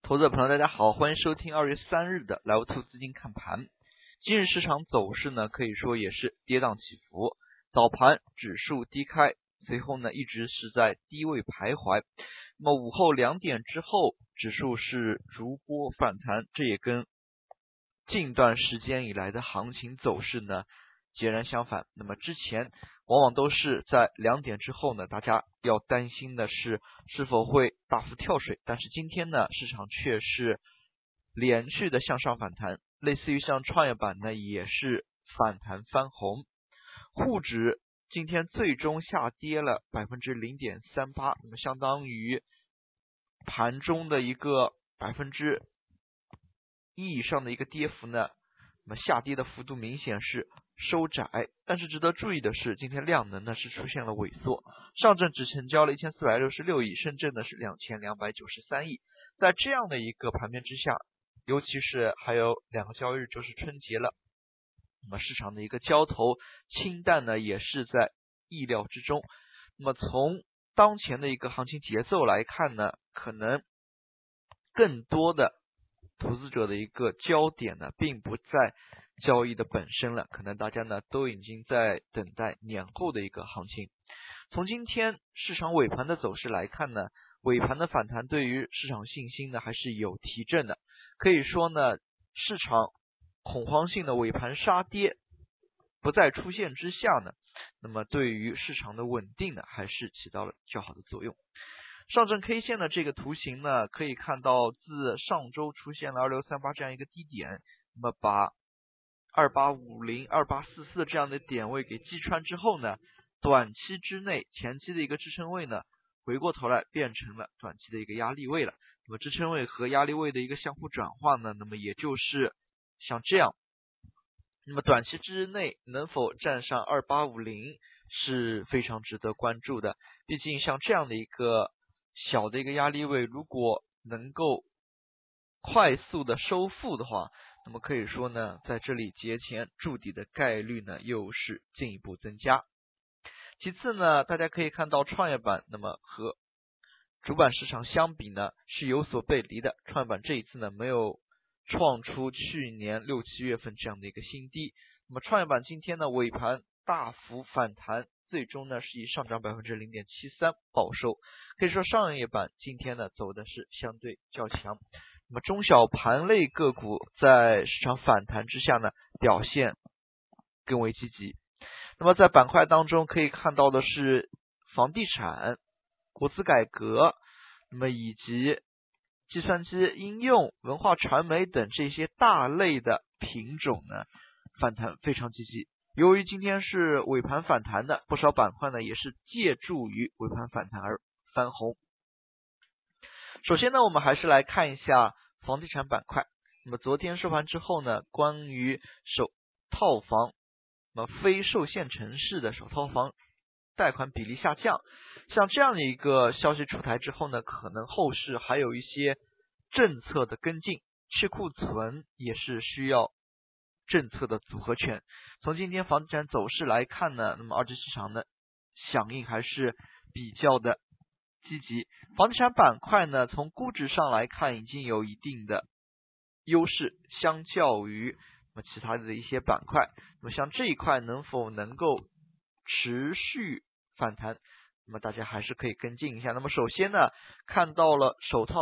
投资者朋友大家好，欢迎收听2月3日的来兔资金看盘。今日市场走势呢，可以说也是跌宕起伏。早盘指数低开，随后呢一直是在低位徘徊。那么午后2点之后，指数是逐波反弹，这也跟近段时间以来的行情走势呢截然相反。那么之前往往都是在2点之后呢，大家要担心的是否会大幅跳水，但是今天呢，市场却是连续的向上反弹，类似于像创业板呢，也是反弹翻红。沪指今天最终下跌了 0.38%， 那么相当于盘中的一个1%以上的一个跌幅呢，那么下跌的幅度明显是收窄，但是值得注意的是，今天量能呢是出现了萎缩，上证只成交了1466亿，深圳呢是2293亿。在这样的一个盘面之下，尤其是还有2个交易日就是春节了，那么市场的一个交投清淡呢也是在意料之中。那么从当前的一个行情节奏来看呢，可能更多的投资者的一个焦点呢并不在交易的本身了，可能大家呢都已经在等待年后的一个行情。从今天市场尾盘的走势来看呢，尾盘的反弹对于市场信心呢还是有提振的，可以说呢市场恐慌性的尾盘杀跌不再出现之下呢，那么对于市场的稳定呢还是起到了较好的作用。上证 K 线的这个图形呢，可以看到自上周出现了2638这样一个低点，那么把2850、2844这样的点位给击穿之后呢，短期之内前期的一个支撑位呢，回过头来变成了短期的一个压力位了。那么支撑位和压力位的一个相互转换呢，那么也就是像这样。那么短期之内能否站上2850是非常值得关注的，毕竟像这样的一个小的一个压力位，如果能够快速的收复的话，那么可以说呢，在这里节前筑底的概率呢又是进一步增加。其次呢，大家可以看到创业板那么和主板市场相比呢是有所背离的，创业板这一次呢没有创出去年6、7月份这样的一个新低。那么创业板今天呢尾盘大幅反弹，最终呢是以上涨 0.73% 报收，可以说商业板今天呢走的是相对较强。那么中小盘类个股在市场反弹之下呢表现更为积极。那么在板块当中可以看到的是房地产、国资改革，那么以及计算机应用、文化传媒等这些大类的品种呢反弹非常积极。由于今天是尾盘反弹的，不少板块呢也是借助于尾盘反弹而翻红。首先呢，我们还是来看一下房地产板块。那么昨天收盘之后呢，关于首套房，那么非受限城市的首套房贷款比例下降，像这样的一个消息出台之后呢，可能后市还有一些政策的跟进，去库存也是需要政策的组合拳。从今天房地产走势来看呢，那么二级市场的响应还是比较的积极。房地产板块呢，从估值上来看已经有一定的优势，相较于其他的一些板块。那么像这一块能否能够持续反弹，那么大家还是可以跟进一下。那么首先呢，看到了首套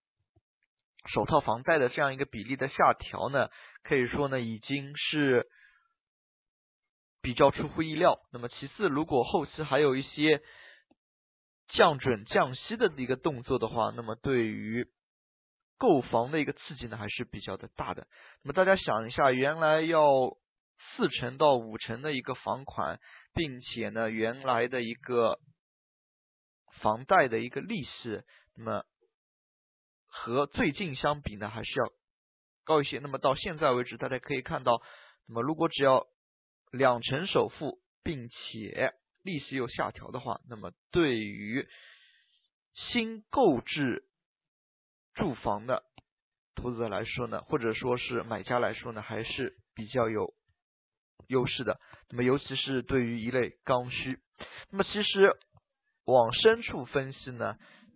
房贷的这样一个比例的下调呢，可以说呢已经是比较出乎意料。那么其次，如果后期还有一些降准降息的一个动作的话，那么对于购房的一个刺激呢还是比较的大的。那么大家想一下，原来要4成到5成的一个房款，并且呢原来的一个房贷的一个利息，那么和最近相比呢还是要高一些。那么到现在为止，大家可以看到，那么如果只要2成首付，并且利息又下调的话，那么对于新购置住房的投资者来说呢，或者说是买家来说呢，还是比较有优势的。那么尤其是对于一类刚需，那么其实往深处分析呢，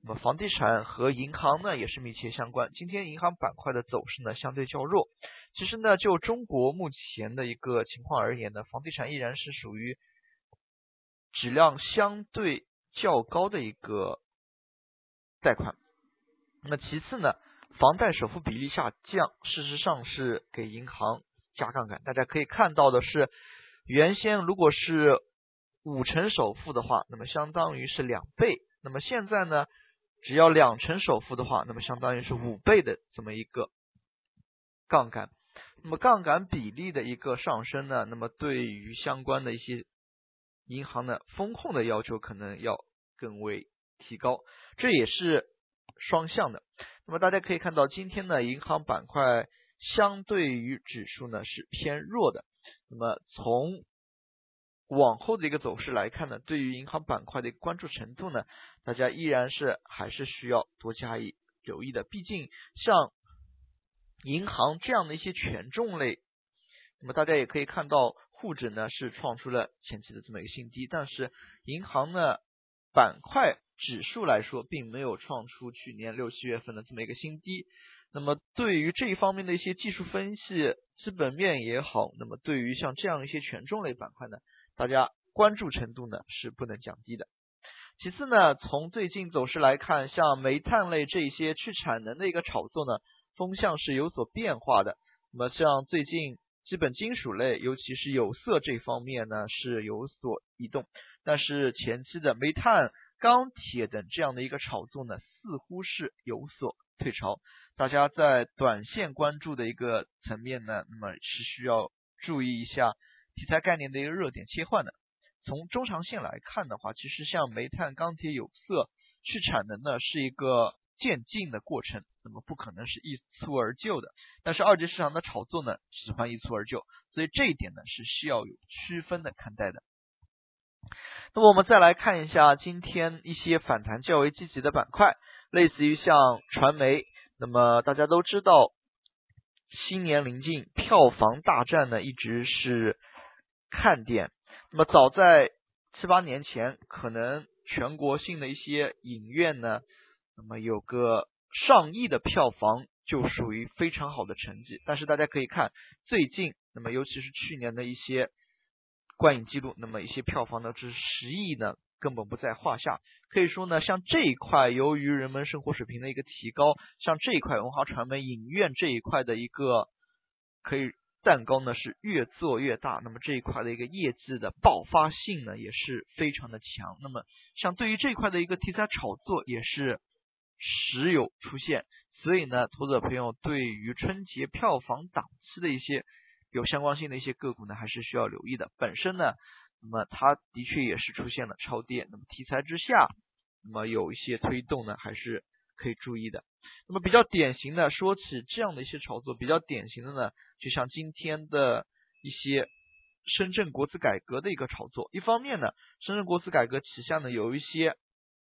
那么房地产和银行呢也是密切相关。今天银行板块的走势呢相对较弱。其实呢，就中国目前的一个情况而言呢，房地产依然是属于质量相对较高的一个贷款。那么其次呢，房贷首付比例下降，事实上是给银行加杠杆。大家可以看到的是，原先如果是5成首付的话，那么相当于是2倍。那么现在呢，只要2成首付的话，那么相当于是5倍的这么一个杠杆。那么杠杆比例的一个上升呢，那么对于相关的一些银行呢，风控的要求可能要更为提高，这也是双向的。那么大家可以看到，今天呢，银行板块相对于指数呢是偏弱的。那么从往后的一个走势来看呢，对于银行板块的一个关注程度呢，大家依然是还是需要多加以留意的。毕竟像银行这样的一些权重类，那么大家也可以看到，沪指呢是创出了前期的这么一个新低，但是银行呢板块指数来说，并没有创出去年6、7月份的这么一个新低。那么对于这一方面的一些技术分析、基本面也好，那么对于像这样一些权重类板块呢，大家关注程度呢是不能降低的。其次呢，从最近走势来看，像煤炭类这些去产能的一个炒作呢，风向是有所变化的。那么像最近基本金属类，尤其是有色这方面呢是有所移动，但是前期的煤炭、钢铁等这样的一个炒作呢，似乎是有所退潮。大家在短线关注的一个层面呢，那么是需要注意一下题材概念的一个热点切换的。从中长线来看的话，其实像煤炭、钢铁、有色去产能呢是一个渐进的过程，那么不可能是一蹴而就的。但是二级市场的炒作呢喜欢一蹴而就，所以这一点呢是需要有区分的看待的。那么我们再来看一下今天一些反弹较为积极的板块，类似于像传媒。那么大家都知道，新年临近，票房大战呢一直是看点。那么早在7、8年前，可能全国性的一些影院呢，那么有个上亿的票房就属于非常好的成绩。但是大家可以看最近，那么尤其是去年的一些观影记录，那么一些票房呢至10亿呢根本不在话下。可以说呢，像这一块由于人们生活水平的一个提高，像这一块文化传媒影院这一块的一个可以蛋糕呢是越做越大，那么这一块的一个业绩的爆发性呢也是非常的强。那么像对于这一块的一个题材炒作也是时有出现，所以呢，投资者朋友对于春节票房档期的一些有相关性的一些个股呢，还是需要留意的。本身呢，那么它的确也是出现了超跌，那么题材之下，那么有一些推动呢，还是可以注意的。那么比较典型的，说起这样的一些炒作，比较典型的呢，就像今天的一些深圳国资改革的一个炒作。一方面呢，深圳国资改革旗下呢有一些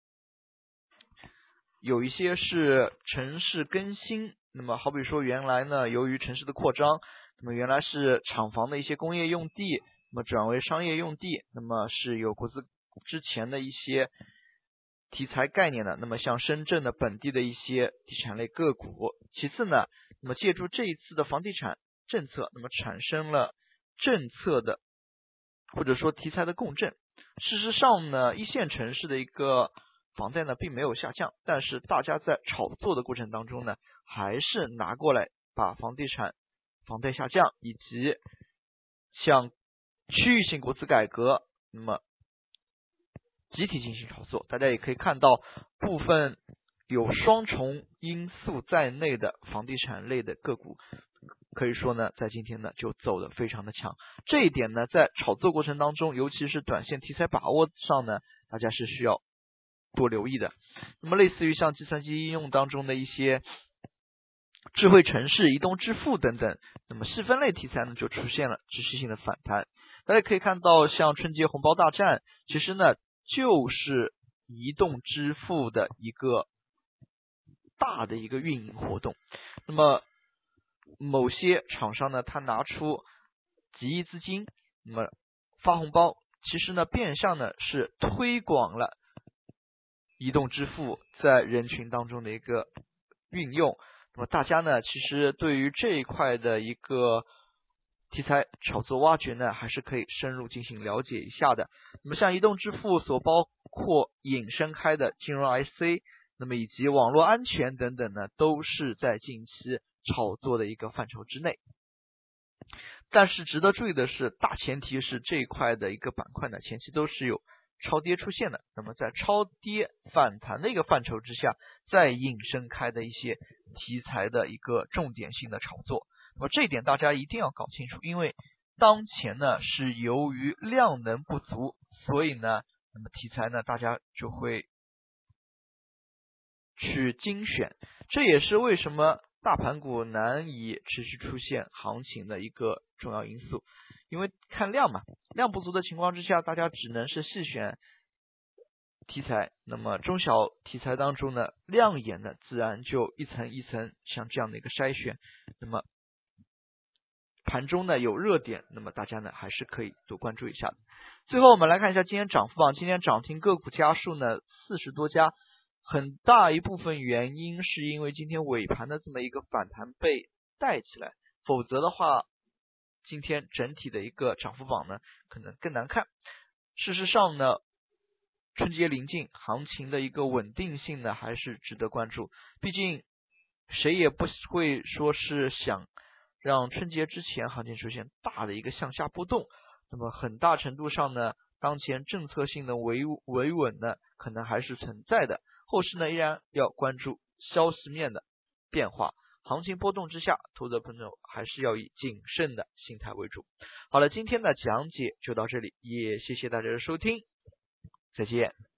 是城市更新，那么好比说原来呢，由于城市的扩张，那么原来是厂房的一些工业用地，那么转为商业用地，那么是有国资之前的一些题材概念的，那么像深圳的本地的一些地产类个股。其次呢，那么借助这一次的房地产政策，那么产生了政策的或者说题材的共振。事实上呢，一线城市的一个房贷呢并没有下降，但是大家在炒作的过程当中呢，还是拿过来把房地产房贷下降以及像区域性国资改革，那么集体进行炒作。大家也可以看到部分有双重因素在内的房地产类的个股，可以说呢在今天呢就走得非常的强。这一点呢在炒作过程当中，尤其是短线题材把握上呢，大家是需要多留意的。那么类似于像计算机应用当中的一些智慧城市、移动支付等等，那么细分类题材呢就出现了持续性的反弹。大家可以看到像春节红包大战，其实呢就是移动支付的一个大的一个运营活动。那么某些厂商呢，他拿出几亿资金，那么发红包，其实呢变相呢是推广了移动支付在人群当中的一个运用。那么大家呢，其实对于这一块的一个题材炒作挖掘呢，还是可以深入进行了解一下的。那么像移动支付所包括引申开的金融 IC， 那么以及网络安全等等呢，都是在近期炒作的一个范畴之内。但是值得注意的是，大前提是这一块的一个板块呢，前期都是有超跌出现的。那么在超跌反弹的一个范畴之下，再引申开的一些题材的一个重点性的炒作。那么这一点大家一定要搞清楚，因为当前呢是由于量能不足，所以呢，那么题材呢大家就会去精选，这也是为什么大盘股难以持续出现行情的一个重要因素。因为看量嘛，量不足的情况之下，大家只能是细选题材，那么中小题材当中呢，亮眼的自然就一层一层像这样的一个筛选。那么盘中呢有热点，那么大家呢还是可以多关注一下的。最后我们来看一下今天涨幅榜，今天涨停个股家数呢40多家，很大一部分原因是因为今天尾盘的这么一个反弹被带起来，否则的话今天整体的一个涨幅榜呢可能更难看。事实上呢，春节临近，行情的一个稳定性呢还是值得关注，毕竟谁也不会说是想让春节之前行情出现大的一个向下波动。那么很大程度上呢，当前政策性的维稳呢可能还是存在的，后市呢依然要关注消息面的变化。行情波动之下，投资者朋友还是要以谨慎的心态为主。好了，今天的讲解就到这里，也谢谢大家的收听，再见。